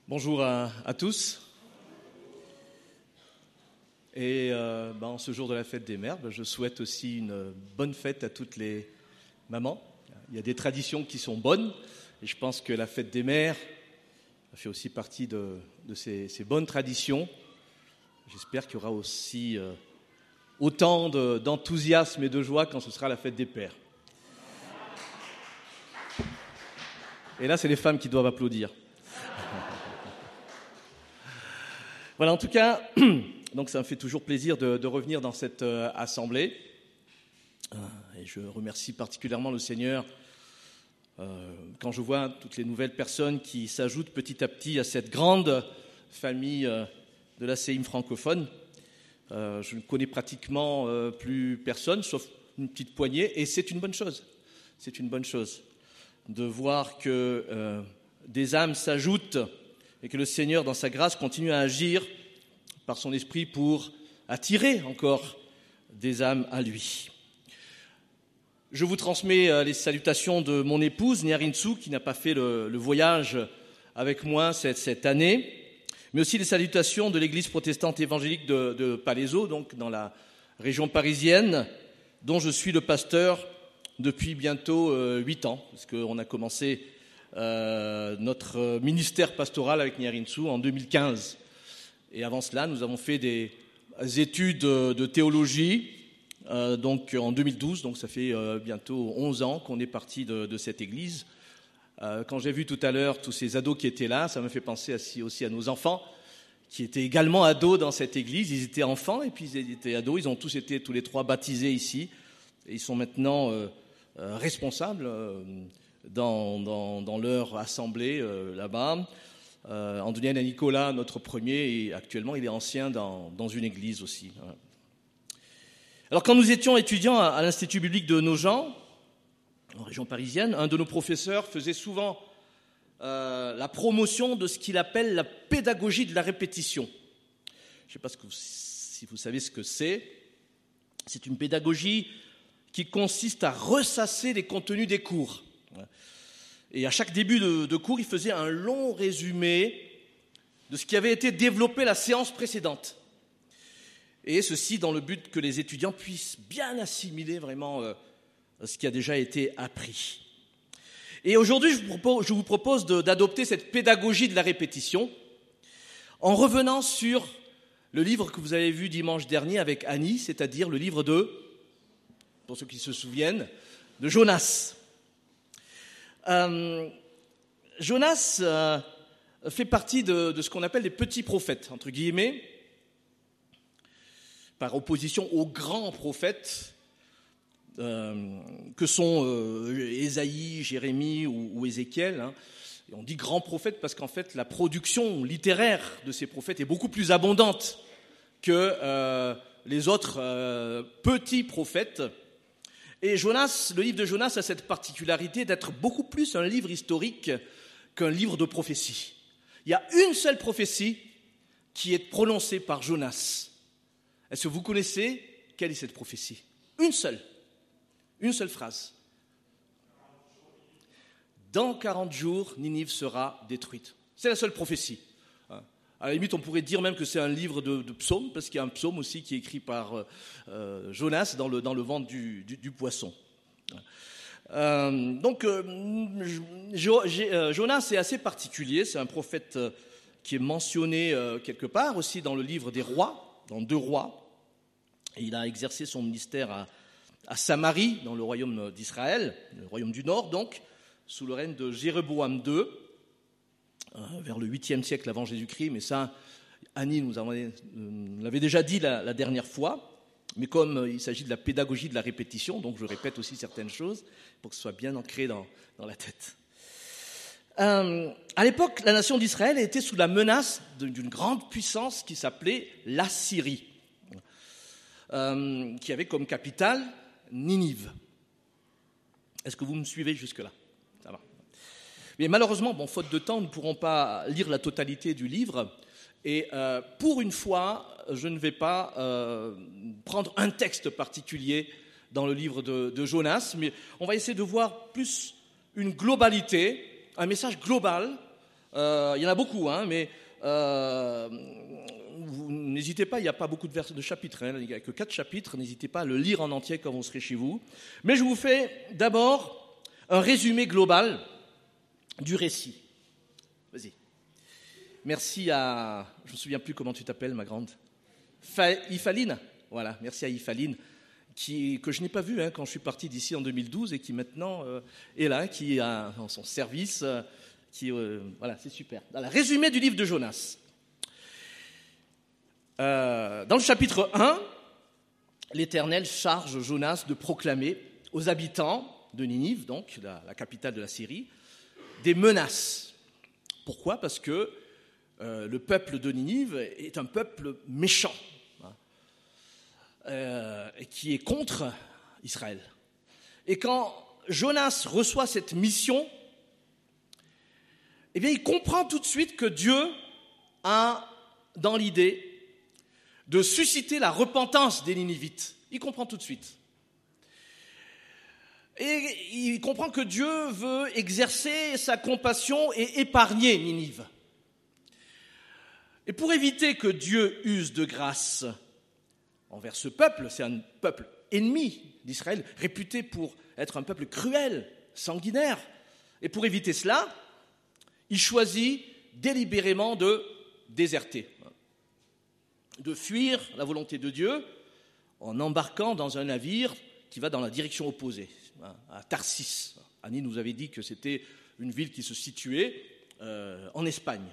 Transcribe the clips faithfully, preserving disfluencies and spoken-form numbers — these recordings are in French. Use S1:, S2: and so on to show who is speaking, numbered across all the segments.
S1: Bonjour à, à tous. Et euh, ben, en ce jour de la fête des mères, ben, je souhaite aussi une bonne fête à toutes les mamans. Il y a des traditions qui sont bonnes et je pense que la fête des mères fait aussi partie de, de ces, ces bonnes traditions. J'espère qu'il y aura aussi euh, autant de, d'enthousiasme et de joie quand ce sera la fête des pères. Et là, c'est les femmes qui doivent applaudir. Voilà, en tout cas, donc ça me fait toujours plaisir de, de revenir dans cette euh, assemblée. Euh, et je remercie particulièrement le Seigneur euh, quand je vois toutes les nouvelles personnes qui s'ajoutent petit à petit à cette grande famille euh, de l'A C I M francophone. Euh, je ne connais pratiquement euh, plus personne, sauf une petite poignée, et c'est une bonne chose. C'est une bonne chose de voir que euh, des âmes s'ajoutent et que le Seigneur, dans sa grâce, continue à agir par son esprit pour attirer encore des âmes à lui. Je vous transmets les salutations de mon épouse, Nyarinsu, qui n'a pas fait le, le voyage avec moi cette, cette année, mais aussi les salutations de l'église protestante évangélique de, de Palaiseau, donc dans la région parisienne, dont je suis le pasteur depuis bientôt huit ans, parce qu'on a commencé Euh, notre ministère pastoral avec Nyarinsu en deux mille quinze. Et avant cela, nous avons fait des études de théologie euh, donc en deux mille douze, donc ça fait euh, bientôt onze ans qu'on est parti de, de cette église. Euh, quand j'ai vu tout à l'heure tous ces ados qui étaient là, ça m'a fait penser aussi, aussi à nos enfants qui étaient également ados dans cette église. Ils étaient enfants et puis ils étaient ados. Ils ont tous été tous les trois baptisés ici. Et ils sont maintenant euh, euh, responsables euh, Dans, dans, dans leur assemblée euh, là-bas. Euh, Andonienne et Nicolas, notre premier, et actuellement il est ancien dans, dans une église aussi. Voilà. Alors quand nous étions étudiants à, à l'Institut biblique de Nogent, en région parisienne, un de nos professeurs faisait souvent euh, la promotion de ce qu'il appelle la pédagogie de la répétition. Je ne sais pas ce que vous, si vous savez ce que c'est. C'est une pédagogie qui consiste à ressasser les contenus des cours. Et à chaque début de, de cours, il faisait un long résumé de ce qui avait été développé la séance précédente. Et ceci dans le but que les étudiants puissent bien assimiler vraiment euh, ce qui a déjà été appris. Et aujourd'hui, je vous propose, je vous propose de, d'adopter cette pédagogie de la répétition en revenant sur le livre que vous avez vu dimanche dernier avec Annie, c'est-à-dire le livre de, pour ceux qui se souviennent, de Jonas. Euh, Jonas euh, fait partie de, de ce qu'on appelle les petits prophètes, entre guillemets, par opposition aux grands prophètes euh, que sont euh, Ésaïe, Jérémie ou, ou Ézéchiel. Hein. Et on dit grands prophètes parce qu'en fait la production littéraire de ces prophètes est beaucoup plus abondante que euh, les autres euh, petits prophètes. Et Jonas, le livre de Jonas a cette particularité d'être beaucoup plus un livre historique qu'un livre de prophétie. Il y a une seule prophétie qui est prononcée par Jonas. Est-ce que vous connaissez quelle est cette prophétie ? Une seule. Une seule phrase. Dans quarante jours, Ninive sera détruite. C'est la seule prophétie. À la limite, on pourrait dire même que c'est un livre de, de psaumes, parce qu'il y a un psaume aussi qui est écrit par euh, Jonas dans le, dans le ventre du, du, du poisson. Euh, donc, euh, jo, euh, Jonas est assez particulier. C'est un prophète euh, qui est mentionné euh, quelque part aussi dans le livre des rois, dans deux rois. Et il a exercé son ministère à, à Samarie, dans le royaume d'Israël, le royaume du Nord, donc, sous le règne de Jéroboam deux. Vers le huitième siècle avant Jésus-Christ, mais ça, Annie nous, avons, nous l'avait déjà dit la, la dernière fois, mais comme il s'agit de la pédagogie de la répétition, donc je répète aussi certaines choses pour que ce soit bien ancré dans, dans la tête. Euh, à l'époque, la nation d'Israël était sous la menace d'une grande puissance qui s'appelait l'Assyrie, euh, qui avait comme capitale Ninive. Est-ce que vous me suivez jusque-là ? Ça va. Mais malheureusement, bon, faute de temps, nous ne pourrons pas lire la totalité du livre. Et euh, pour une fois, je ne vais pas euh, prendre un texte particulier dans le livre de, de Jonas, mais on va essayer de voir plus une globalité, un message global Euh, il y en a beaucoup, hein, mais euh, vous, n'hésitez pas, il n'y a pas beaucoup de, vers, de chapitres, hein, il n'y a que quatre chapitres, n'hésitez pas à le lire en entier quand vous serez chez vous. Mais je vous fais d'abord un résumé global du récit. Vas-y. Merci à... Je ne me souviens plus comment tu t'appelles, ma grande. Fa, Ifaline. Voilà, merci à Ifaline, qui, que je n'ai pas vue hein, quand je suis parti d'ici en deux mille douze et qui maintenant euh, est là, qui a en son service... Euh, Qui, euh, voilà, c'est super. Alors, résumé du livre de Jonas. Euh, dans le chapitre un, l'Éternel charge Jonas de proclamer aux habitants de Ninive, donc la, la capitale de la Syrie, des menaces. Pourquoi ? Parce que euh, le peuple de Ninive est un peuple méchant, hein, euh, et qui est contre Israël. Et quand Jonas reçoit cette mission, eh bien, il comprend tout de suite que Dieu a dans l'idée de susciter la repentance des Ninivites. Il comprend tout de suite. Et il comprend que Dieu veut exercer sa compassion et épargner Ninive. Et pour éviter que Dieu use de grâce envers ce peuple, c'est un peuple ennemi d'Israël, réputé pour être un peuple cruel, sanguinaire, et pour éviter cela, il choisit délibérément de déserter, de fuir la volonté de Dieu en embarquant dans un navire qui va dans la direction opposée, à Tarsis. Annie nous avait dit que c'était une ville qui se situait euh, en Espagne.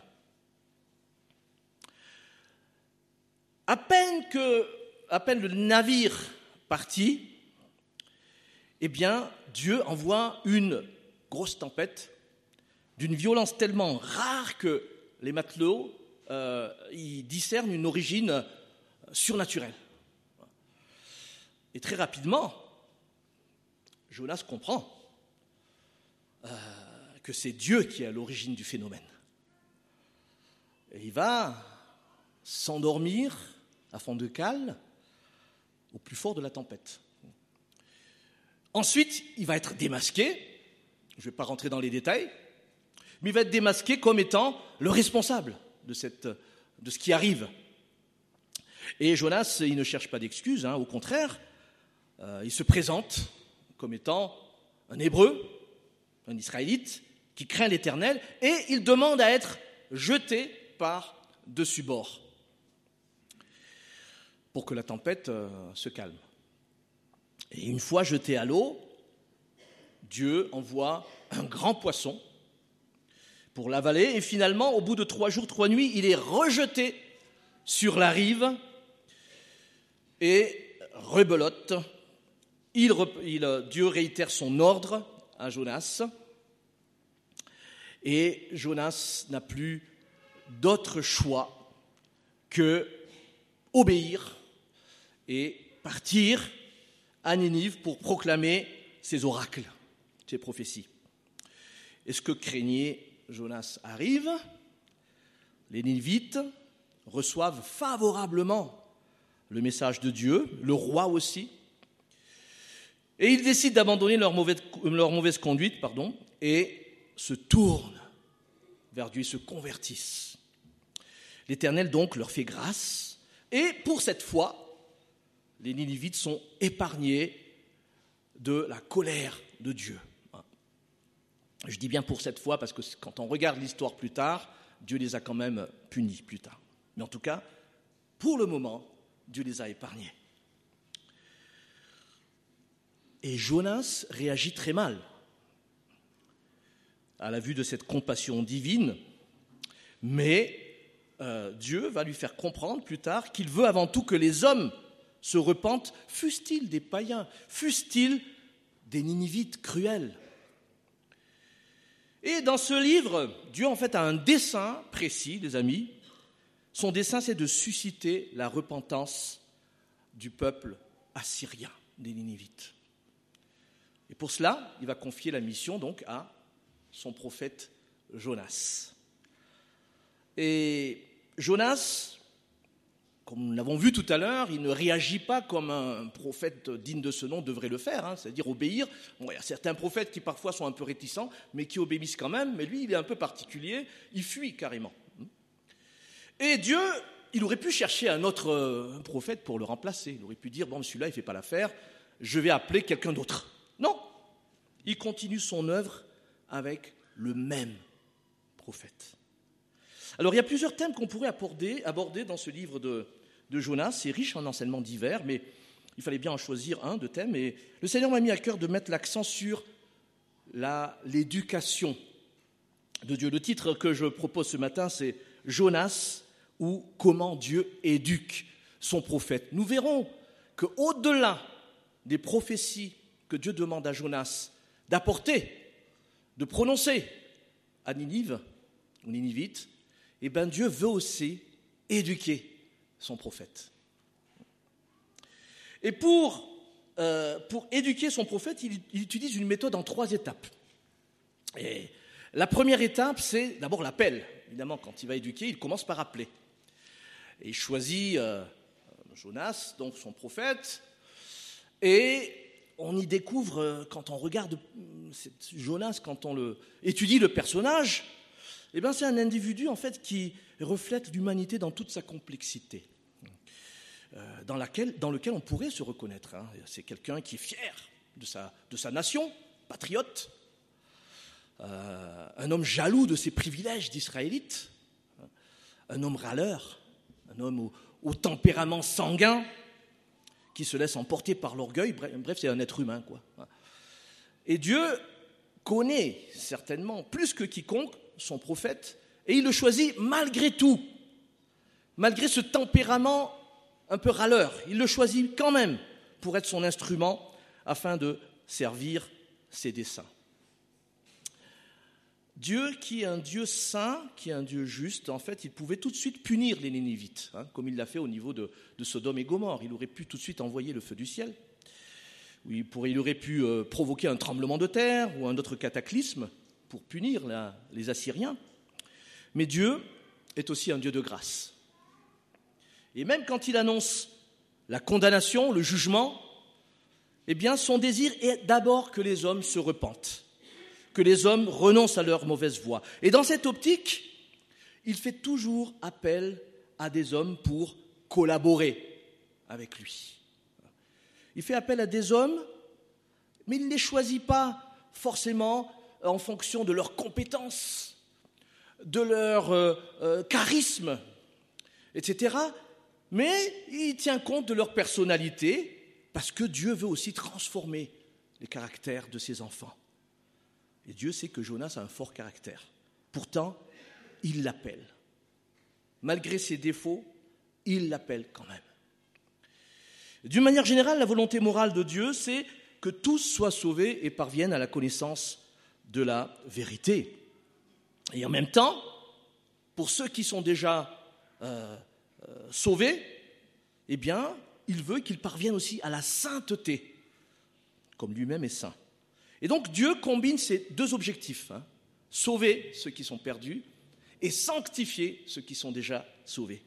S1: À peine, que, à peine le navire parti, eh bien, Dieu envoie une grosse tempête d'une violence tellement rare que les matelots euh, y discernent une origine surnaturelle. Et très rapidement, Jonas comprend euh, que c'est Dieu qui est à l'origine du phénomène. Et il va s'endormir à fond de cale au plus fort de la tempête. Ensuite, il va être démasqué. Je ne vais pas rentrer dans les détails. Mais il va être démasqué comme étant le responsable de, cette, de ce qui arrive. Et Jonas, il ne cherche pas d'excuses, hein, au contraire, euh, il se présente comme étant un Hébreu, un Israélite, qui craint l'Éternel, et il demande à être jeté par-dessus bord pour que la tempête euh, se calme. Et une fois jeté à l'eau, Dieu envoie un grand poisson pour l'avaler, et finalement, au bout de trois jours, trois nuits, il est rejeté sur la rive et rebelote. Il, il, Dieu réitère son ordre à Jonas, et Jonas n'a plus d'autre choix que obéir et partir à Ninive pour proclamer ses oracles, ses prophéties. Et ce que craignait Jonas arrive, les Ninivites reçoivent favorablement le message de Dieu, le roi aussi, et ils décident d'abandonner leur mauvaise, leur mauvaise conduite pardon, et se tournent vers Dieu, se convertissent. L'Éternel donc leur fait grâce, et pour cette fois, les Ninivites sont épargnés de la colère de Dieu. Je dis bien pour cette fois parce que quand on regarde l'histoire plus tard, Dieu les a quand même punis plus tard. Mais en tout cas, pour le moment, Dieu les a épargnés. Et Jonas réagit très mal à la vue de cette compassion divine, mais euh, Dieu va lui faire comprendre plus tard qu'il veut avant tout que les hommes se repentent, fussent-ils des païens, fussent-ils des Ninivites cruels. Et dans ce livre, Dieu en fait a un dessein précis, les amis. Son dessein, c'est de susciter la repentance du peuple assyrien, des Ninivites. Et pour cela, il va confier la mission donc à son prophète Jonas. Et Jonas, comme nous l'avons vu tout à l'heure, il ne réagit pas comme un prophète digne de ce nom devrait le faire, hein, c'est-à-dire obéir. Bon, il y a certains prophètes qui parfois sont un peu réticents, mais qui obéissent quand même, mais lui, il est un peu particulier, il fuit carrément. Et Dieu, il aurait pu chercher un autre prophète pour le remplacer. Il aurait pu dire, bon, celui-là, il ne fait pas l'affaire, je vais appeler quelqu'un d'autre. Non, il continue son œuvre avec le même prophète. Alors, il y a plusieurs thèmes qu'on pourrait aborder, aborder dans ce livre de, de Jonas. C'est riche en enseignements divers, mais il fallait bien en choisir un de thème. Et le Seigneur m'a mis à cœur de mettre l'accent sur la, l'éducation de Dieu. Le titre que je propose ce matin, c'est « Jonas » ou « Comment Dieu éduque son prophète ». Nous verrons qu'au-delà des prophéties que Dieu demande à Jonas d'apporter, de prononcer à Ninive, aux Ninivites, eh bien Dieu veut aussi éduquer son prophète. Et pour, euh, pour éduquer son prophète, il, il utilise une méthode en trois étapes. Et la première étape, c'est d'abord l'appel. Évidemment, quand il va éduquer, il commence par appeler. Et il choisit euh, Jonas, donc son prophète, et on y découvre, quand on regarde Jonas, quand on le, étudie le personnage, eh bien, c'est un individu en fait qui reflète l'humanité dans toute sa complexité, euh, dans, laquelle, dans lequel on pourrait se reconnaître. Hein. C'est quelqu'un qui est fier de sa, de sa nation, patriote, euh, un homme jaloux de ses privilèges d'Israélite, un homme râleur, un homme au, au tempérament sanguin, qui se laisse emporter par l'orgueil. Bref, bref, c'est un être humain, quoi. Et Dieu connaît certainement, plus que quiconque, son prophète, et il le choisit malgré tout, malgré ce tempérament un peu râleur. Il le choisit quand même pour être son instrument afin de servir ses desseins. Dieu, qui est un Dieu saint, qui est un Dieu juste, en fait, il pouvait tout de suite punir les Ninivites, hein, comme il l'a fait au niveau de, de Sodome et Gomorrhe. Il aurait pu tout de suite envoyer le feu du ciel. Il, pourrait, il aurait pu euh, provoquer un tremblement de terre ou un autre cataclysme pour punir la, les Assyriens. Mais Dieu est aussi un Dieu de grâce. Et même quand il annonce la condamnation, le jugement, eh bien, son désir est d'abord que les hommes se repentent, que les hommes renoncent à leur mauvaise voie. Et dans cette optique, il fait toujours appel à des hommes pour collaborer avec lui. Il fait appel à des hommes, mais il ne les choisit pas forcément en fonction de leurs compétences, de leur euh, euh, charisme, et cetera. Mais il tient compte de leur personnalité, parce que Dieu veut aussi transformer les caractères de ses enfants. Et Dieu sait que Jonas a un fort caractère. Pourtant, il l'appelle. Malgré ses défauts, il l'appelle quand même. D'une manière générale, la volonté morale de Dieu, c'est que tous soient sauvés et parviennent à la connaissance de la vérité. Et en même temps, pour ceux qui sont déjà euh, euh, sauvés, eh bien, il veut qu'ils parviennent aussi à la sainteté, comme lui-même est saint. Et donc Dieu combine ces deux objectifs, hein, sauver ceux qui sont perdus et sanctifier ceux qui sont déjà sauvés.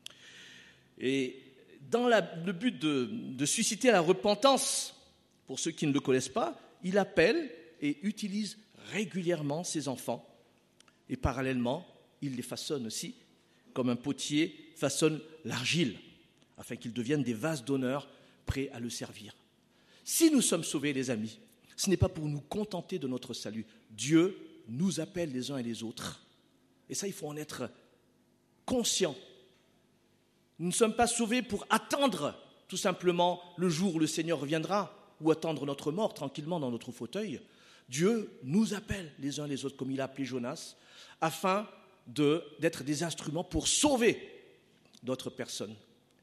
S1: Et dans la, le but de, de susciter la repentance pour ceux qui ne le connaissent pas, il appelle et utilise régulièrement ses enfants. Et parallèlement, il les façonne aussi, comme un potier façonne l'argile, afin qu'ils deviennent des vases d'honneur prêts à le servir. Si nous sommes sauvés, les amis, ce n'est pas pour nous contenter de notre salut. Dieu nous appelle les uns et les autres. Et ça, il faut en être conscient. Nous ne sommes pas sauvés pour attendre tout simplement le jour où le Seigneur reviendra ou attendre notre mort tranquillement dans notre fauteuil. Dieu nous appelle les uns les autres, comme il a appelé Jonas, afin de, d'être des instruments pour sauver d'autres personnes.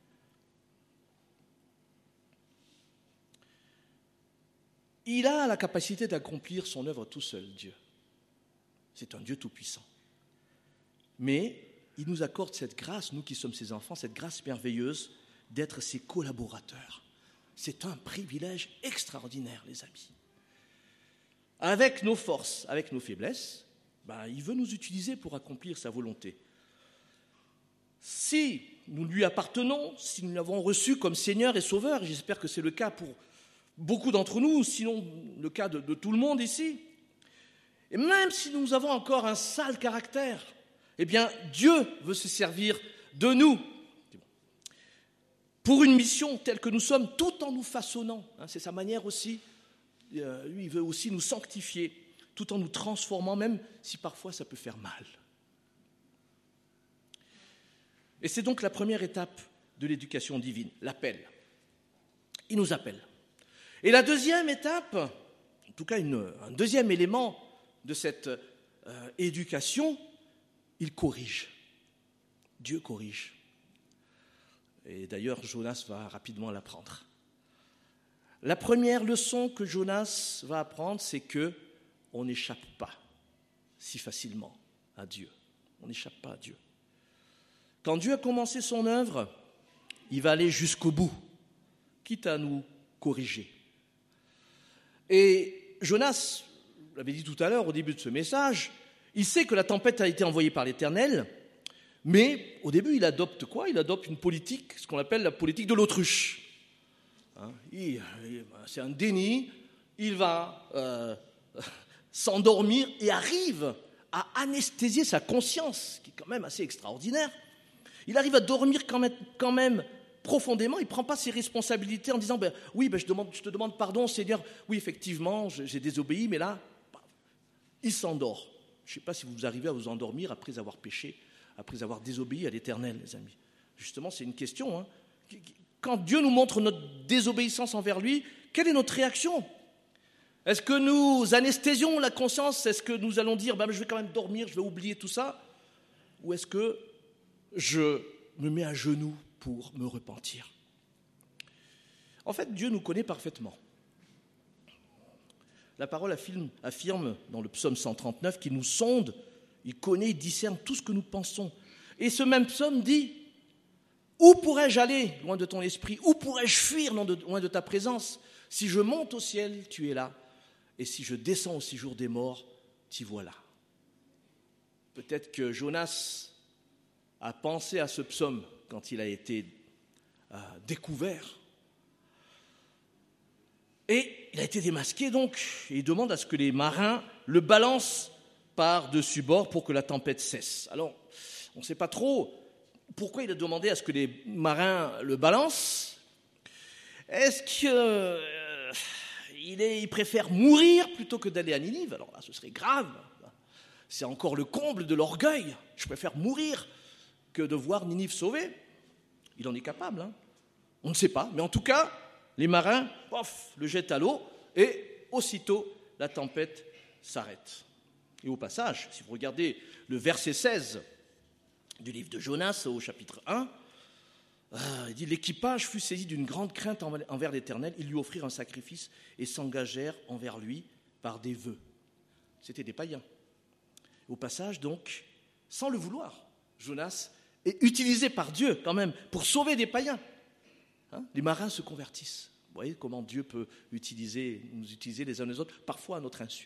S1: Il a la capacité d'accomplir son œuvre tout seul, Dieu. C'est un Dieu tout-puissant. Mais il nous accorde cette grâce, nous qui sommes ses enfants, cette grâce merveilleuse d'être ses collaborateurs. C'est un privilège extraordinaire, les amis. Avec nos forces, avec nos faiblesses, ben, il veut nous utiliser pour accomplir sa volonté. Si nous lui appartenons, si nous l'avons reçu comme Seigneur et Sauveur, j'espère que c'est le cas pour beaucoup d'entre nous, sinon le cas de, de tout le monde ici, et même si nous avons encore un sale caractère, eh bien Dieu veut se servir de nous pour une mission telle que nous sommes, tout en nous façonnant. Hein, c'est sa manière aussi, euh, lui il veut aussi nous sanctifier, tout en nous transformant, même si parfois ça peut faire mal. Et c'est donc la première étape de l'éducation divine, l'appel. Il nous appelle. Et la deuxième étape, en tout cas une, un deuxième élément de cette euh, éducation, il corrige. Dieu corrige. Et d'ailleurs, Jonas va rapidement l'apprendre. La première leçon que Jonas va apprendre, c'est que on n'échappe pas si facilement à Dieu. On n'échappe pas à Dieu. Quand Dieu a commencé son œuvre, il va aller jusqu'au bout, quitte à nous corriger. Et Jonas, je l'avais dit tout à l'heure au début de ce message, il sait que la tempête a été envoyée par l'Éternel, mais au début, il adopte quoi ? Il adopte une politique, ce qu'on appelle la politique de l'autruche. Hein, il, il, c'est un déni, il va euh, s'endormir et arrive à anesthésier sa conscience, qui est quand même assez extraordinaire. Il arrive à dormir quand même, quand même profondément, il ne prend pas ses responsabilités en disant ben, « Oui, ben, je, demande, je te demande pardon, Seigneur, oui, effectivement, j'ai désobéi, mais là, il s'endort. » Je ne sais pas si vous arrivez à vous endormir après avoir péché, après avoir désobéi à l'Éternel, les amis. Justement, c'est une question. Hein. Quand Dieu nous montre notre désobéissance envers lui, quelle est notre réaction ? Est-ce que nous anesthésions la conscience ? Est-ce que nous allons dire ben, « Je vais quand même dormir, je vais oublier tout ça ?» Ou est-ce que je me mets à genoux pour me repentir? En fait, Dieu nous connaît parfaitement. La parole affirme, affirme dans le psaume cent trente-neuf qu'il nous sonde, il connaît, il discerne tout ce que nous pensons. Et ce même psaume dit « Où pourrais-je aller loin de ton esprit? Où pourrais-je fuir loin de, loin de ta présence? Si je monte au ciel, tu es là. Et si je descends au séjour des morts, t'y voilà. » Peut-être que Jonas a pensé à ce psaume quand il a été euh, découvert. Et il a été démasqué donc, et il demande à ce que les marins le balancent par-dessus bord pour que la tempête cesse. Alors, on ne sait pas trop pourquoi il a demandé à ce que les marins le balancent. Est-ce qu'il euh, il préfère mourir plutôt que d'aller à Ninive? Alors là, ce serait grave. C'est encore le comble de l'orgueil. Je préfère mourir que de voir Ninive sauvée. Il en est capable, hein. On ne sait pas, mais en tout cas, les marins, pof, le jettent à l'eau, et aussitôt, la tempête s'arrête. Et au passage, si vous regardez le verset seize du livre de Jonas, au chapitre un, euh, il dit « L'équipage fut saisi d'une grande crainte envers l'Éternel, ils lui offrirent un sacrifice et s'engagèrent envers lui par des vœux. » C'était des païens. Au passage, donc, sans le vouloir, Jonas est utilisé par Dieu quand même pour sauver des païens. Hein? Les marins se convertissent. Vous voyez comment Dieu peut utiliser, nous utiliser les uns les autres, parfois à notre insu.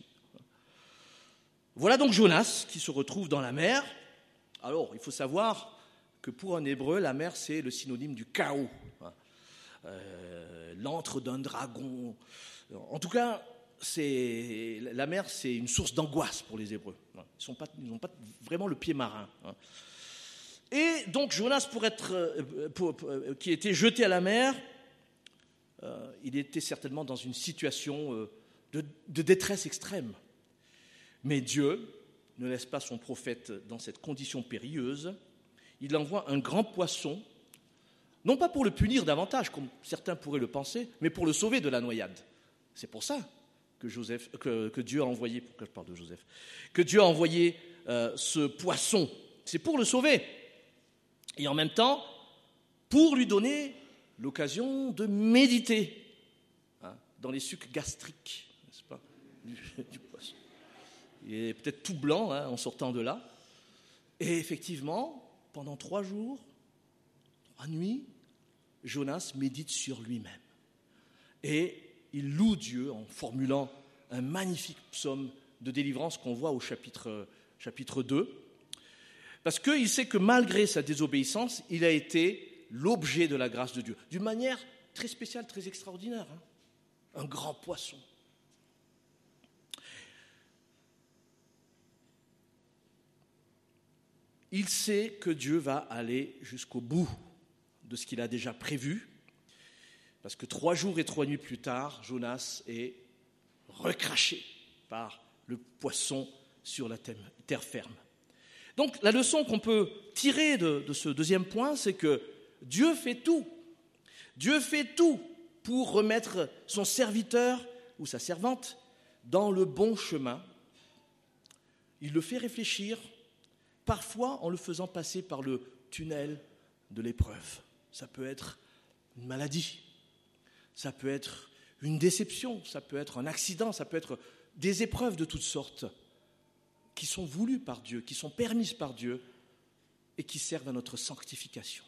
S1: Voilà donc Jonas qui se retrouve dans la mer. Alors, il faut savoir que pour un Hébreu, la mer, c'est le synonyme du chaos. Euh, l'antre d'un dragon. En tout cas, c'est, la mer, c'est une source d'angoisse pour les Hébreux. Ils pas, ils n'ont pas vraiment le pied marin. Et donc Jonas, pour être, pour, pour, qui était jeté à la mer, euh, il était certainement dans une situation euh, de, de détresse extrême. Mais Dieu ne laisse pas son prophète dans cette condition périlleuse. Il envoie un grand poisson, non pas pour le punir davantage, comme certains pourraient le penser, mais pour le sauver de la noyade. C'est pour ça que, Joseph, que, que Dieu a envoyé, pourquoi je parle de Joseph, que Dieu a envoyé euh, ce poisson. C'est pour le sauver. Et en même temps, pour lui donner l'occasion de méditer hein, dans les sucs gastriques, n'est-ce pas, du, du poisson. Il est peut-être tout blanc hein, en sortant de là. Et effectivement, pendant trois jours, trois nuits, Jonas médite sur lui-même. Et il loue Dieu en formulant un magnifique psaume de délivrance qu'on voit au chapitre, chapitre deux. Parce qu'il sait que malgré sa désobéissance, il a été l'objet de la grâce de Dieu, d'une manière très spéciale, très extraordinaire. Hein. Un grand poisson. Il sait que Dieu va aller jusqu'au bout de ce qu'il a déjà prévu, parce que trois jours et trois nuits plus tard, Jonas est recraché par le poisson sur la terre ferme. Donc la leçon qu'on peut tirer de, de ce deuxième point, c'est que Dieu fait tout. Dieu fait tout pour remettre son serviteur ou sa servante dans le bon chemin. Il le fait réfléchir, parfois en le faisant passer par le tunnel de l'épreuve. Ça peut être une maladie, ça peut être une déception, ça peut être un accident, ça peut être des épreuves de toutes sortes qui sont voulues par Dieu, qui sont permises par Dieu et qui servent à notre sanctification.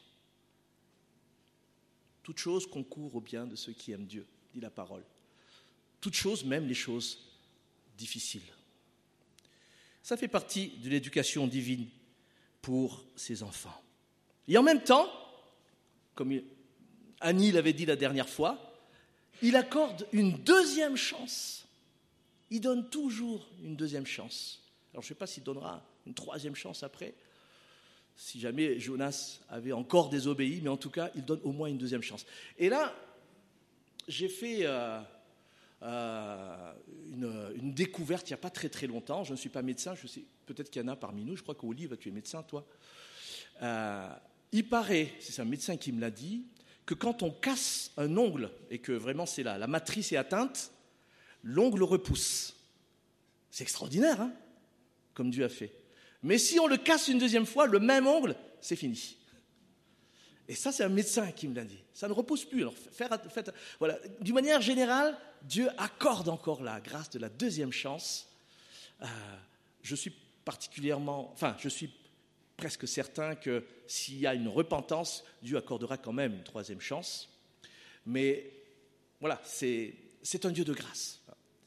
S1: Toute chose concourt au bien de ceux qui aiment Dieu, dit la parole. Toutes choses, même les choses difficiles. Ça fait partie de l'éducation divine pour ses enfants. Et en même temps, comme Annie l'avait dit la dernière fois, il accorde une deuxième chance. Il donne toujours une deuxième chance. Alors je ne sais pas s'il donnera une troisième chance après, si jamais Jonas avait encore désobéi, mais en tout cas, il donne au moins une deuxième chance. Et là, j'ai fait euh, euh, une, une découverte il n'y a pas très très longtemps. Je ne suis pas médecin, je sais, peut-être qu'il y en a parmi nous. Je crois qu'Olive, tu es médecin, toi. Euh, il paraît, c'est un médecin qui me l'a dit, que quand on casse un ongle et que vraiment c'est là, la matrice est atteinte, l'ongle repousse. C'est extraordinaire, hein, comme Dieu a fait. Mais si on le casse une deuxième fois, le même ongle, c'est fini. Et ça, c'est un médecin qui me l'a dit. Ça ne repousse plus. Alors, faire, faites, voilà. D'une manière générale, Dieu accorde encore la grâce de la deuxième chance. Euh, je suis particulièrement, enfin, je suis presque certain que s'il y a une repentance, Dieu accordera quand même une troisième chance. Mais voilà, c'est, c'est un Dieu de grâce.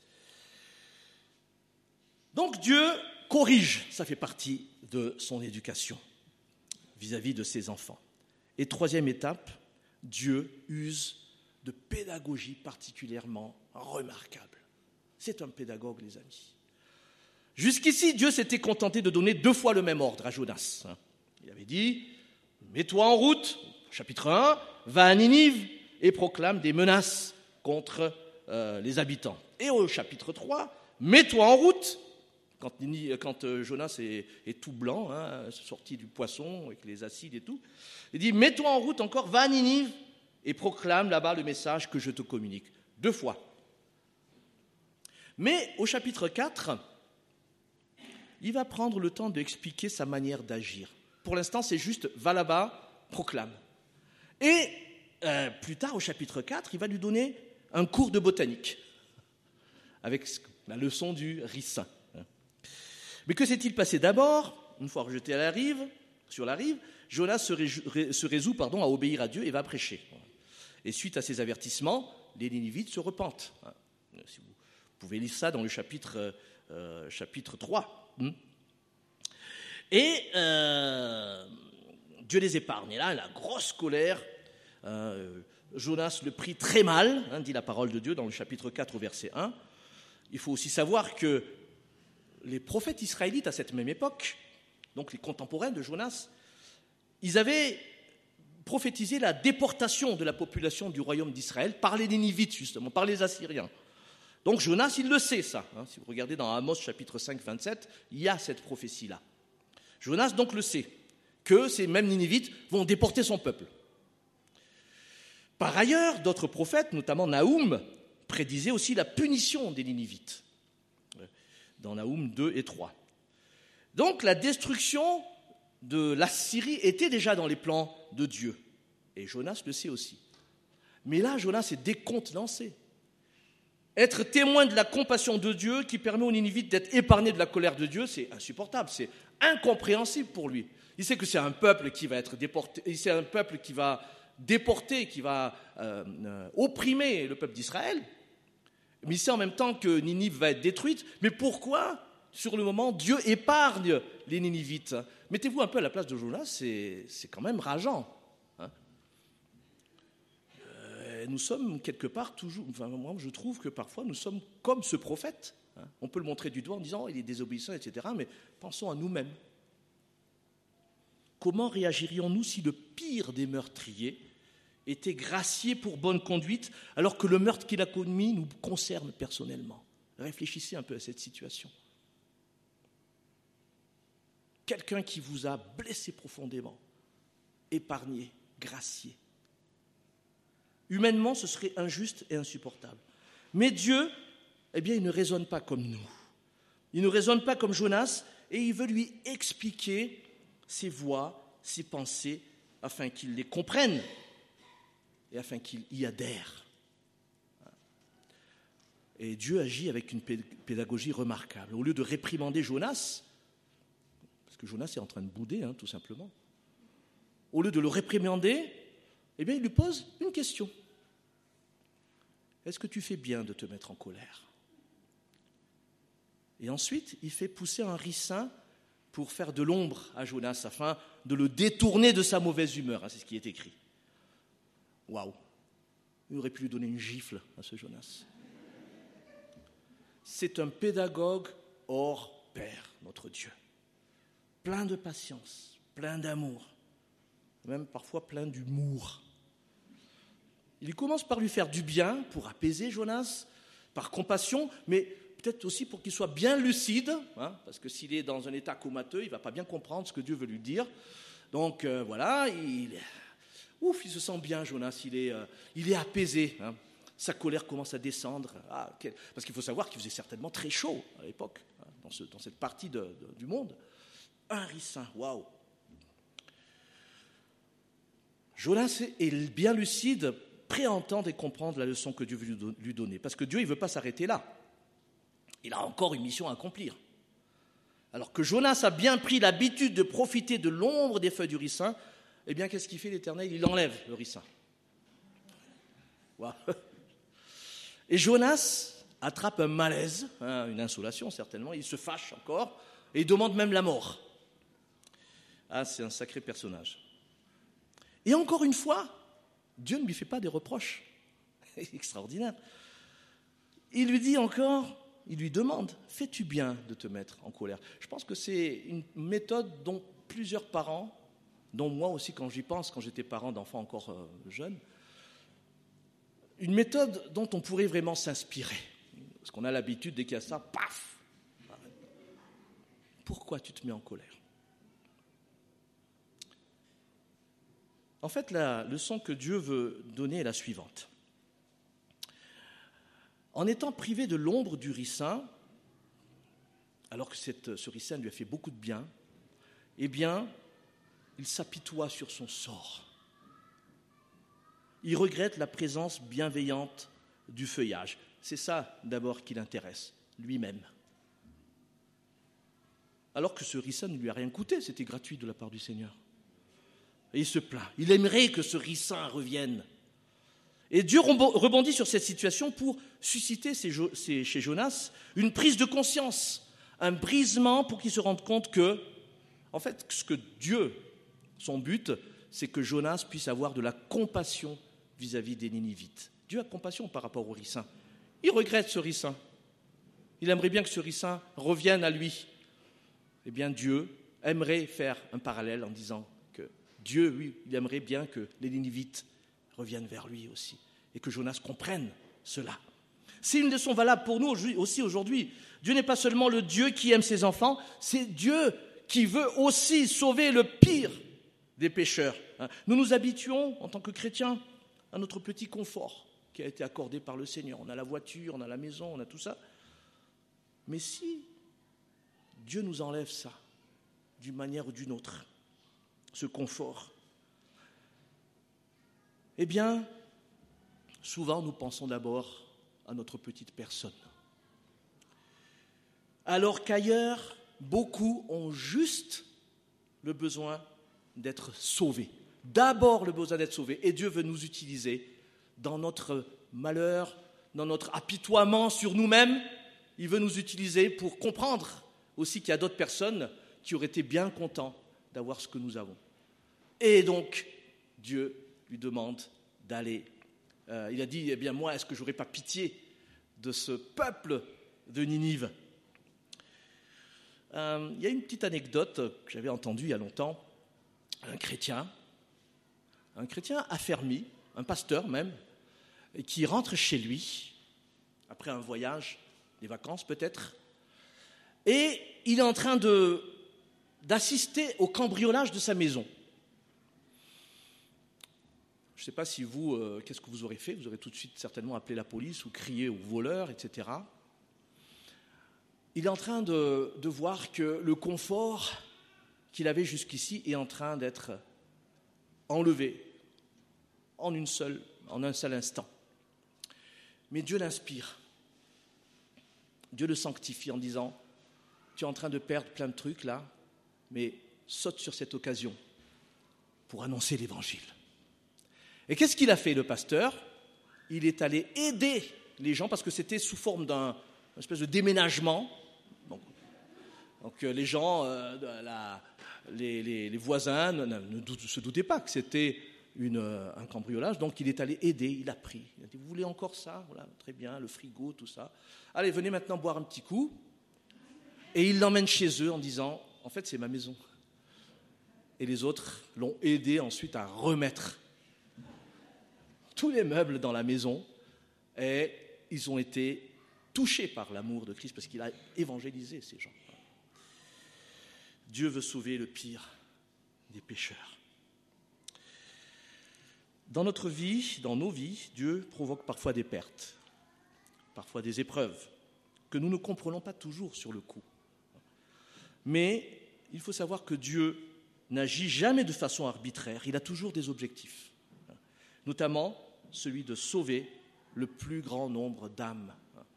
S1: Donc Dieu corrige, ça fait partie de son éducation vis-à-vis de ses enfants. Et troisième étape, Dieu use de pédagogie particulièrement remarquable. C'est un pédagogue, les amis. Jusqu'ici, Dieu s'était contenté de donner deux fois le même ordre à Jonas. Il avait dit, mets-toi en route, chapitre un, va à Ninive et proclame des menaces contre euh, les habitants. Et au chapitre trois, mets-toi en route. Quand, quand Jonas est, est tout blanc, hein, sorti du poisson avec les acides et tout, il dit, mets-toi en route encore, va à Ninive et proclame là-bas le message que je te communique. Deux fois. Mais au chapitre quatre, il va prendre le temps d'expliquer sa manière d'agir. Pour l'instant, c'est juste, va là-bas, proclame. Et euh, plus tard, au chapitre quatre, il va lui donner un cours de botanique, avec la leçon du ricin. Mais que s'est-il passé d'abord? Une fois rejeté à la rive, sur la rive, Jonas se, ré, se résout pardon, à obéir à Dieu et va prêcher. Et suite à ces avertissements, les Ninivites se repentent. Si vous pouvez lire ça dans le chapitre, euh, chapitre trois. Et euh, Dieu les épargne. Et là, la grosse colère, euh, Jonas le prit très mal, hein, dit la parole de Dieu dans le chapitre quatre au verset un. Il faut aussi savoir que les prophètes israélites à cette même époque, donc les contemporains de Jonas, ils avaient prophétisé la déportation de la population du royaume d'Israël par les Ninivites, justement, par les Assyriens. Donc Jonas, il le sait, ça. Hein. Si vous regardez dans Amos, chapitre cinq, vingt-sept, il y a cette prophétie-là. Jonas, donc, le sait, que ces mêmes Ninivites vont déporter son peuple. Par ailleurs, d'autres prophètes, notamment Naoum, prédisaient aussi la punition des Ninivites, dans Naoum deux et trois. Donc la destruction de l'Assyrie était déjà dans les plans de Dieu. Et Jonas le sait aussi. Mais là, Jonas est décontenancé. Être témoin de la compassion de Dieu qui permet aux Ninivites d'être épargnés de la colère de Dieu, c'est insupportable, c'est incompréhensible pour lui. Il sait que c'est un peuple qui va être déporté, c'est un peuple qui va déporter, qui va euh, euh, opprimer le peuple d'Israël. Mais il sait en même temps que Ninive va être détruite. Mais pourquoi sur le moment, Dieu épargne les Ninivites. Mettez-vous un peu à la place de Jonas, c'est, c'est quand même rageant. Hein. Euh, nous sommes quelque part toujours, enfin moi je trouve que parfois nous sommes comme ce prophète. Hein. On peut le montrer du doigt en disant oh, il est désobéissant, et cetera. Mais pensons à nous-mêmes. Comment réagirions-nous si le pire des meurtriers était gracié pour bonne conduite alors que le meurtre qu'il a commis nous concerne personnellement? Réfléchissez un peu à cette situation. Quelqu'un qui vous a blessé profondément, épargné, gracié. Humainement, ce serait injuste et insupportable. Mais Dieu, eh bien, il ne raisonne pas comme nous. Il ne raisonne pas comme Jonas et il veut lui expliquer ses voies, ses pensées, afin qu'il les comprenne et afin qu'il y adhère. Et Dieu agit avec une pédagogie remarquable. Au lieu de réprimander Jonas, parce que Jonas est en train de bouder, hein, tout simplement, au lieu de le réprimander, eh bien, il lui pose une question. Est-ce que tu fais bien de te mettre en colère? Et ensuite, il fait pousser un ricin pour faire de l'ombre à Jonas, afin de le détourner de sa mauvaise humeur. Hein, c'est ce qui est écrit. Waouh! Il aurait pu lui donner une gifle à ce Jonas. C'est un pédagogue hors pair, notre Dieu. Plein de patience, plein d'amour, même parfois plein d'humour. Il commence par lui faire du bien pour apaiser Jonas, par compassion, mais peut-être aussi pour qu'il soit bien lucide, hein, parce que s'il est dans un état comateux, il ne va pas bien comprendre ce que Dieu veut lui dire. Donc euh, voilà, il, ouf, il se sent bien, Jonas, il est, euh, il est apaisé. Hein. Sa colère commence à descendre, ah, quel... parce qu'il faut savoir qu'il faisait certainement très chaud à l'époque, hein, dans, ce, dans cette partie de, de, du monde. Un ricin, waouh! Jonas est bien lucide, prêt à entendre et comprendre la leçon que Dieu veut lui donner, parce que Dieu, il ne veut pas s'arrêter là. Il a encore une mission à accomplir. Alors que Jonas a bien pris l'habitude de profiter de l'ombre des feuilles du ricin, eh bien, qu'est-ce qu'il fait l'Éternel? Il enlève le ricin. Wow. Et Jonas attrape un malaise, hein, une insolation certainement, il se fâche encore et il demande même la mort. Ah, c'est un sacré personnage. Et encore une fois, Dieu ne lui fait pas des reproches. C'est extraordinaire. Il lui dit encore... Il lui demande, fais-tu bien de te mettre en colère? Je pense que c'est une méthode dont plusieurs parents, dont moi aussi quand j'y pense, quand j'étais parent d'enfants encore euh, jeunes, une méthode dont on pourrait vraiment s'inspirer. Parce qu'on a l'habitude, dès qu'il y a ça, paf! Pourquoi tu te mets en colère? En fait, la leçon que Dieu veut donner est la suivante. En étant privé de l'ombre du ricin, alors que cette, ce ricin lui a fait beaucoup de bien, eh bien, il s'apitoie sur son sort. Il regrette la présence bienveillante du feuillage. C'est ça d'abord qui l'intéresse, lui-même. Alors que ce ricin ne lui a rien coûté, c'était gratuit de la part du Seigneur. Et il se plaint. Il aimerait que ce ricin revienne. Et Dieu rebondit sur cette situation pour susciter chez Jonas une prise de conscience, un brisement pour qu'il se rende compte que, en fait, ce que Dieu, son but, c'est que Jonas puisse avoir de la compassion vis-à-vis des Ninivites. Dieu a compassion par rapport au ricin. Il regrette ce ricin. Il aimerait bien que ce ricin revienne à lui. Eh bien, Dieu aimerait faire un parallèle en disant que Dieu, oui, il aimerait bien que les Ninivites reviennent vers lui aussi, et que Jonas comprenne cela. C'est une leçon valable pour nous aussi aujourd'hui. Dieu n'est pas seulement le Dieu qui aime ses enfants, c'est Dieu qui veut aussi sauver le pire des pécheurs. Nous nous habituons, en tant que chrétiens, à notre petit confort qui a été accordé par le Seigneur. On a la voiture, on a la maison, on a tout ça. Mais si Dieu nous enlève ça, d'une manière ou d'une autre, ce confort, eh bien, souvent nous pensons d'abord à notre petite personne. Alors qu'ailleurs, beaucoup ont juste le besoin d'être sauvés. D'abord le besoin d'être sauvés. Et Dieu veut nous utiliser dans notre malheur, dans notre apitoiement sur nous-mêmes. Il veut nous utiliser pour comprendre aussi qu'il y a d'autres personnes qui auraient été bien contents d'avoir ce que nous avons. Et donc, Dieu lui demande d'aller. Euh, il a dit, eh bien moi, est-ce que j'aurais pas pitié de ce peuple de Ninive ? euh, Il y a une petite anecdote que j'avais entendue il y a longtemps. Un chrétien, un chrétien affermi, un pasteur même, qui rentre chez lui, après un voyage, des vacances peut-être, et il est en train de, d'assister au cambriolage de sa maison. Je ne sais pas si vous, euh, qu'est-ce que vous aurez fait ? Vous aurez tout de suite certainement appelé la police ou crié aux voleurs, et cetera. Il est en train de, de voir que le confort qu'il avait jusqu'ici est en train d'être enlevé en, une seule, en un seul instant. Mais Dieu l'inspire. Dieu le sanctifie en disant, tu es en train de perdre plein de trucs là, mais saute sur cette occasion pour annoncer l'évangile. Et qu'est-ce qu'il a fait, le pasteur ? Il est allé aider les gens, parce que c'était sous forme d'un une espèce de déménagement. Donc, donc les gens, euh, la, les, les, les voisins ne, ne, ne se doutaient pas que c'était une, un cambriolage. Donc il est allé aider, il a pris. Il a dit, vous voulez encore ça ? Voilà, très bien, le frigo, tout ça. Allez, venez maintenant boire un petit coup. Et il l'emmène chez eux en disant, en fait, c'est ma maison. Et les autres l'ont aidé ensuite à remettre tous les meubles dans la maison, et ils ont été touchés par l'amour de Christ parce qu'il a évangélisé ces gens. Dieu veut sauver le pire des pécheurs. Dans notre vie, dans nos vies, Dieu provoque parfois des pertes, parfois des épreuves que nous ne comprenons pas toujours sur le coup. Mais il faut savoir que Dieu n'agit jamais de façon arbitraire, il a toujours des objectifs. Notamment celui de sauver le plus grand nombre d'âmes.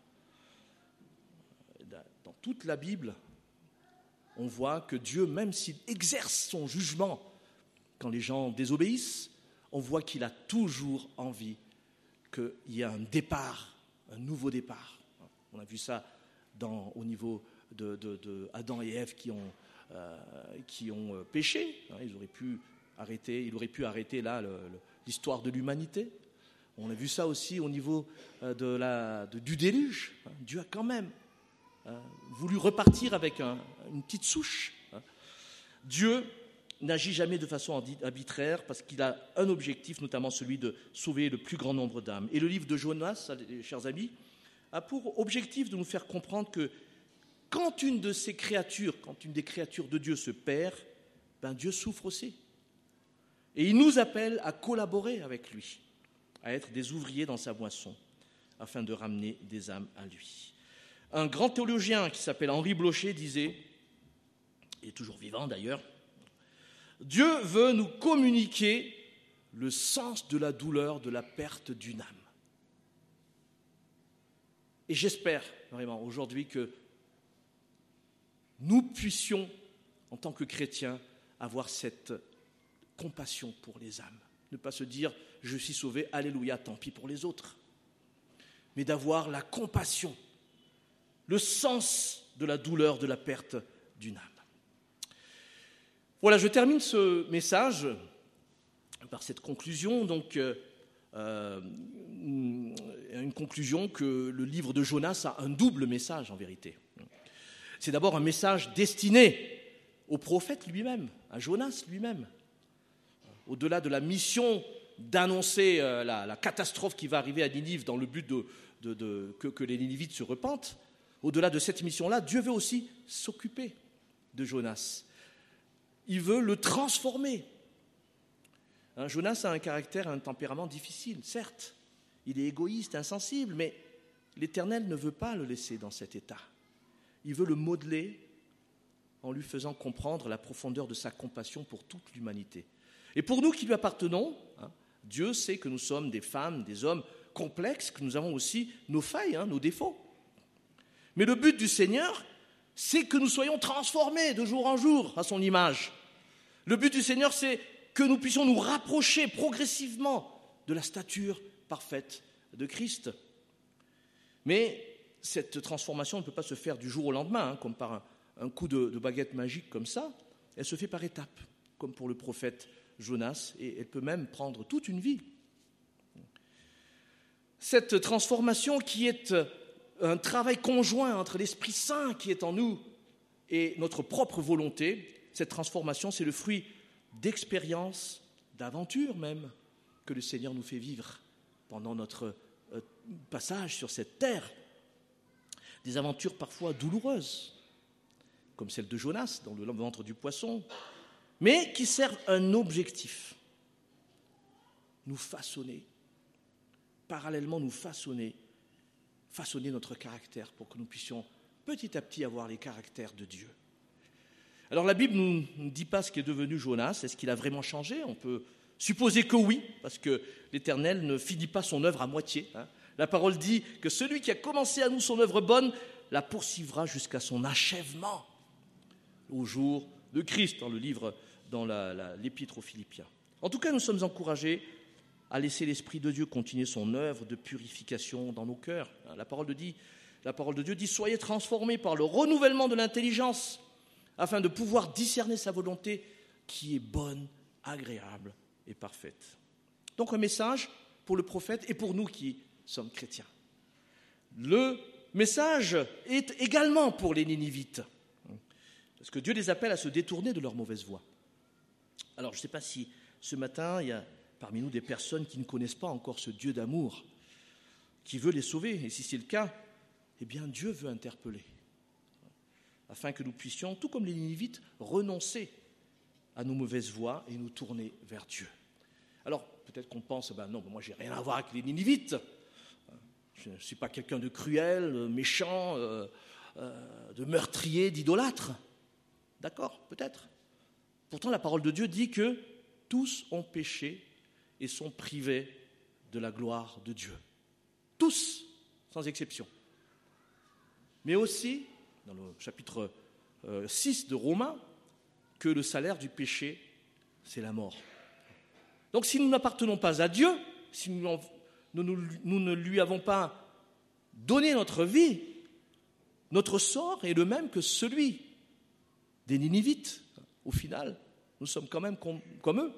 S1: Dans toute la Bible, on voit que Dieu, même s'il exerce son jugement quand les gens désobéissent, on voit qu'il a toujours envie qu'il y ait un départ, un nouveau départ. On a vu ça dans, au niveau de, de, de Adam et Ève qui ont, euh, qui ont péché. Ils auraient pu arrêter, il aurait pu arrêter là le, le l'histoire de l'humanité. On a vu ça aussi au niveau de la, de, du déluge. Dieu a quand même hein, voulu repartir avec un, une petite souche. Dieu n'agit jamais de façon arbitraire parce qu'il a un objectif, notamment celui de sauver le plus grand nombre d'âmes. Et le livre de Jonas, chers amis, a pour objectif de nous faire comprendre que quand une de ces créatures, quand une des créatures de Dieu se perd, ben Dieu souffre aussi. Et il nous appelle à collaborer avec lui, à être des ouvriers dans sa moisson, afin de ramener des âmes à lui. Un grand théologien qui s'appelle Henri Blocher disait, il est toujours vivant d'ailleurs, « Dieu veut nous communiquer le sens de la douleur de la perte d'une âme. » Et j'espère vraiment aujourd'hui que nous puissions, en tant que chrétiens, avoir cette compassion pour les âmes. Ne pas se dire « je suis sauvé, alléluia, tant pis pour les autres ». Mais d'avoir la compassion, le sens de la douleur de la perte d'une âme. Voilà, je termine ce message par cette conclusion, donc euh, une conclusion que le livre de Jonas a un double message en vérité. C'est d'abord un message destiné au prophète lui-même, à Jonas lui-même. Au-delà de la mission d'annoncer euh, la, la catastrophe qui va arriver à Ninive dans le but de, de, de, que, que les Ninivites se repentent, au-delà de cette mission-là, Dieu veut aussi s'occuper de Jonas. Il veut le transformer. Hein, Jonas a un caractère, un tempérament difficile, certes. Il est égoïste, insensible, mais l'Éternel ne veut pas le laisser dans cet état. Il veut le modeler en lui faisant comprendre la profondeur de sa compassion pour toute l'humanité. Et pour nous qui lui appartenons, hein, Dieu sait que nous sommes des femmes, des hommes complexes, que nous avons aussi nos failles, hein, nos défauts. Mais le but du Seigneur, c'est que nous soyons transformés de jour en jour à son image. Le but du Seigneur, c'est que nous puissions nous rapprocher progressivement de la stature parfaite de Christ. Mais cette transformation ne peut pas se faire du jour au lendemain, hein, comme par un, un coup de, de baguette magique comme ça, elle se fait par étapes, comme pour le prophète Jonas, et elle peut même prendre toute une vie. Cette transformation qui est un travail conjoint entre l'Esprit Saint qui est en nous et notre propre volonté, cette transformation, c'est le fruit d'expériences, d'aventures même, que le Seigneur nous fait vivre pendant notre passage sur cette terre. Des aventures parfois douloureuses, comme celle de Jonas dans le ventre du poisson, mais qui servent un objectif, nous façonner, parallèlement nous façonner, façonner notre caractère pour que nous puissions petit à petit avoir les caractères de Dieu. Alors la Bible ne nous dit pas ce qu'est devenu Jonas, est-ce qu'il a vraiment changé? On peut supposer que oui, parce que l'Éternel ne finit pas son œuvre à moitié. Hein. La parole dit que celui qui a commencé à nous son œuvre bonne la poursuivra jusqu'à son achèvement au jour de Christ, dans le livre, dans la, la, l'épître aux Philippiens. En tout cas, nous sommes encouragés à laisser l'Esprit de Dieu continuer son œuvre de purification dans nos cœurs. La parole de, dit, la parole de Dieu dit « Soyez transformés par le renouvellement de l'intelligence, afin de pouvoir discerner sa volonté qui est bonne, agréable et parfaite. » Donc un message pour le prophète et pour nous qui sommes chrétiens. Le message est également pour les Ninivites, parce que Dieu les appelle à se détourner de leur mauvaise voie. Alors je ne sais pas si ce matin, il y a parmi nous des personnes qui ne connaissent pas encore ce Dieu d'amour, qui veut les sauver. Et si c'est le cas, eh bien Dieu veut interpeller, afin que nous puissions, tout comme les Ninivites, renoncer à nos mauvaises voies et nous tourner vers Dieu. Alors peut-être qu'on pense, ben non, ben moi j'ai rien à voir avec les Ninivites, je ne suis pas quelqu'un de cruel, méchant, euh, euh, de meurtrier, d'idolâtre. D'accord, peut-être. Pourtant, la parole de Dieu dit que tous ont péché et sont privés de la gloire de Dieu. Tous, sans exception. Mais aussi, dans le chapitre six de Romains, que le salaire du péché, c'est la mort. Donc, si nous n'appartenons pas à Dieu, si nous, nous, nous, nous ne lui avons pas donné notre vie, notre sort est le même que celui des Ninivites. Au final, nous sommes quand même comme, comme eux.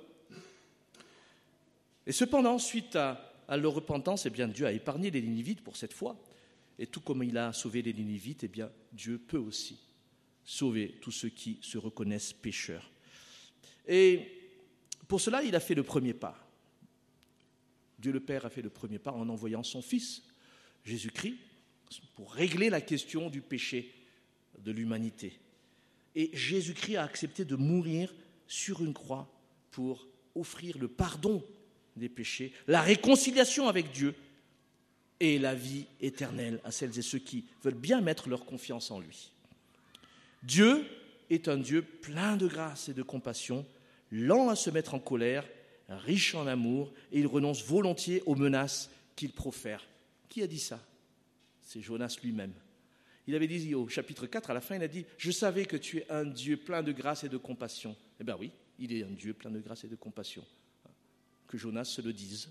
S1: Et cependant, suite à, à leur repentance, eh bien, Dieu a épargné les Ninivites pour cette fois. Et tout comme il a sauvé les Ninivites, eh bien, Dieu peut aussi sauver tous ceux qui se reconnaissent pécheurs. Et pour cela, il a fait le premier pas. Dieu le Père a fait le premier pas en envoyant son Fils, Jésus-Christ, pour régler la question du péché de l'humanité. Et Jésus-Christ a accepté de mourir sur une croix pour offrir le pardon des péchés, la réconciliation avec Dieu et la vie éternelle à celles et ceux qui veulent bien mettre leur confiance en lui. Dieu est un Dieu plein de grâce et de compassion, lent à se mettre en colère, riche en amour, et il renonce volontiers aux menaces qu'il profère. Qui a dit ça? C'est Jonas lui-même. Il avait dit au chapitre quatre, à la fin, il a dit « Je savais que tu es un Dieu plein de grâce et de compassion. » Eh bien oui, il est un Dieu plein de grâce et de compassion. Que Jonas se le dise.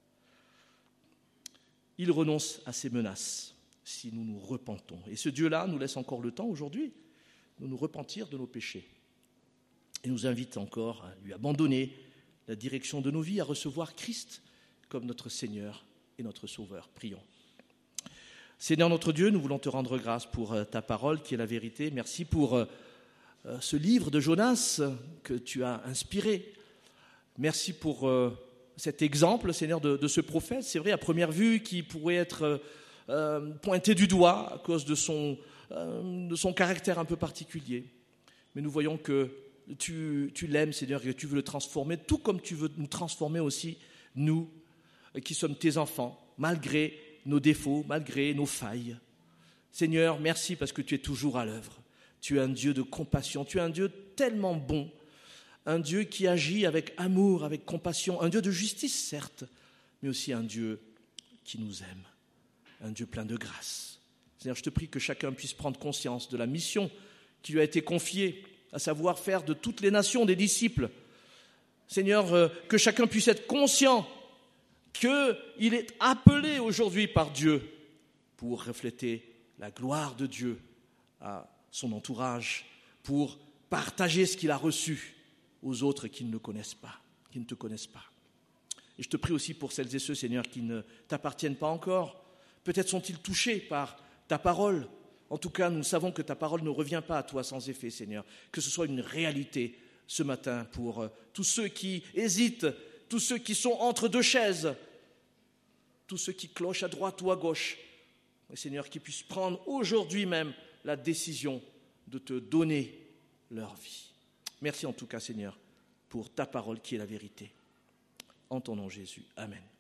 S1: Il renonce à ces menaces si nous nous repentons. Et ce Dieu-là nous laisse encore le temps aujourd'hui de nous repentir de nos péchés. Et nous invite encore à lui abandonner la direction de nos vies, à recevoir Christ comme notre Seigneur et notre Sauveur. Prions. Seigneur notre Dieu, nous voulons te rendre grâce pour ta parole qui est la vérité. Merci pour ce livre de Jonas que tu as inspiré. Merci pour cet exemple, Seigneur, de, de ce prophète. C'est vrai, à première vue, qui pourrait être euh, pointé du doigt à cause de son, euh, de son caractère un peu particulier. Mais nous voyons que tu, tu l'aimes, Seigneur, et que tu veux le transformer, tout comme tu veux nous transformer aussi, nous, qui sommes tes enfants, malgré nos défauts, malgré nos failles. Seigneur, merci parce que tu es toujours à l'œuvre. Tu es un Dieu de compassion, tu es un Dieu tellement bon, un Dieu qui agit avec amour, avec compassion, un Dieu de justice, certes, mais aussi un Dieu qui nous aime, un Dieu plein de grâce. Seigneur, je te prie que chacun puisse prendre conscience de la mission qui lui a été confiée, à savoir faire de toutes les nations des disciples. Seigneur, que chacun puisse être conscient qu'il est appelé aujourd'hui par Dieu pour refléter la gloire de Dieu à son entourage, pour partager ce qu'il a reçu aux autres qui ne le connaissent pas, qui ne te connaissent pas. Et je te prie aussi pour celles et ceux, Seigneur, qui ne t'appartiennent pas encore. Peut-être sont-ils touchés par ta parole. En tout cas, nous savons que ta parole ne revient pas à toi sans effet, Seigneur. Que ce soit une réalité ce matin pour euh, tous ceux qui hésitent, tous ceux qui sont entre deux chaises, tous ceux qui clochent à droite ou à gauche. Et Seigneur, qu'ils puissent prendre aujourd'hui même la décision de te donner leur vie. Merci en tout cas, Seigneur, pour ta parole qui est la vérité. En ton nom, Jésus. Amen.